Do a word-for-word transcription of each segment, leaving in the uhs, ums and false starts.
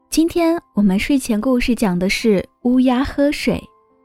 今天我们睡前故事讲的是乌鸦喝水。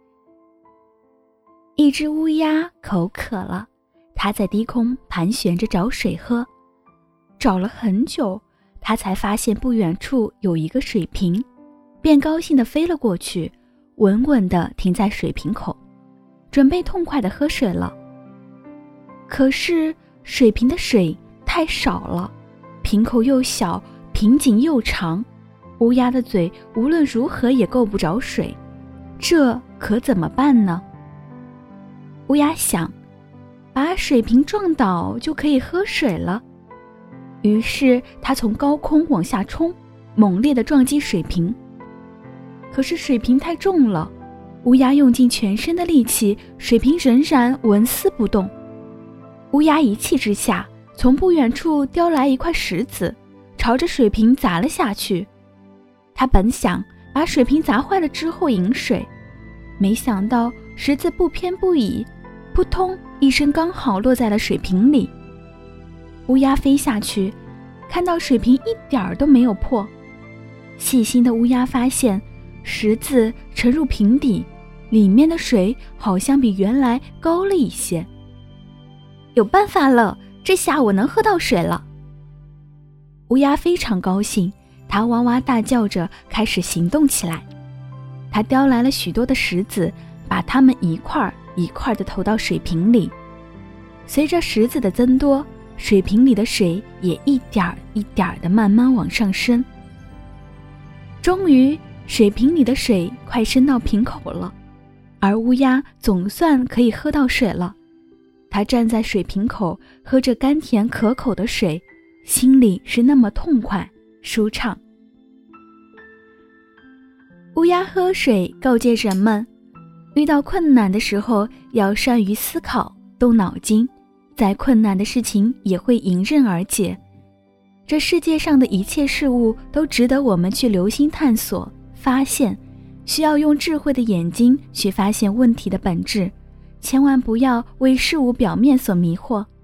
一只乌鸦口渴了，它在低空盘旋着找水喝，找了很久，它才发现不远处有一个水瓶，便高兴地飞了过去，稳稳地停在水瓶口，准备痛快地喝水了。可是水瓶的水太少了，瓶口又小，瓶颈又长，乌鸦的嘴无论如何也够不着水，这可怎么办呢？乌鸦想，把水瓶撞倒就可以喝水了。于是它从高空往下冲，猛烈地撞击水瓶。可是水瓶太重了，乌鸦用尽全身的力气，水瓶仍然纹丝不动。乌鸦一气之下，从不远处叼来一块石子，朝着水瓶砸了下去。他本想把水瓶砸坏了之后饮水，没想到石子不偏不倚，扑通一声刚好落在了水瓶里。乌鸦飞下去，看到水瓶一点儿都没有破。细心的乌鸦发现，石子沉入瓶底，里面的水好像比原来高了一些。有办法了，这下我能喝到水了。乌鸦非常高兴，它哇哇大叫着开始行动起来。它叼来了许多的石子，把它们一块一块地投到水瓶里。随着石子的增多，水瓶里的水也一点一点地慢慢往上升。终于，水瓶里的水快升到瓶口了，而乌鸦总算可以喝到水了。它站在水瓶口，喝着甘甜可口的水，心里是那么痛快舒畅。乌鸦喝水告诫人们，遇到困难的时候要善于思考，动脑筋，再困难的事情也会迎刃而解。这世界上的一切事物都值得我们去留心探索发现，需要用智慧的眼睛去发现问题的本质，千万不要为事物表面所迷惑。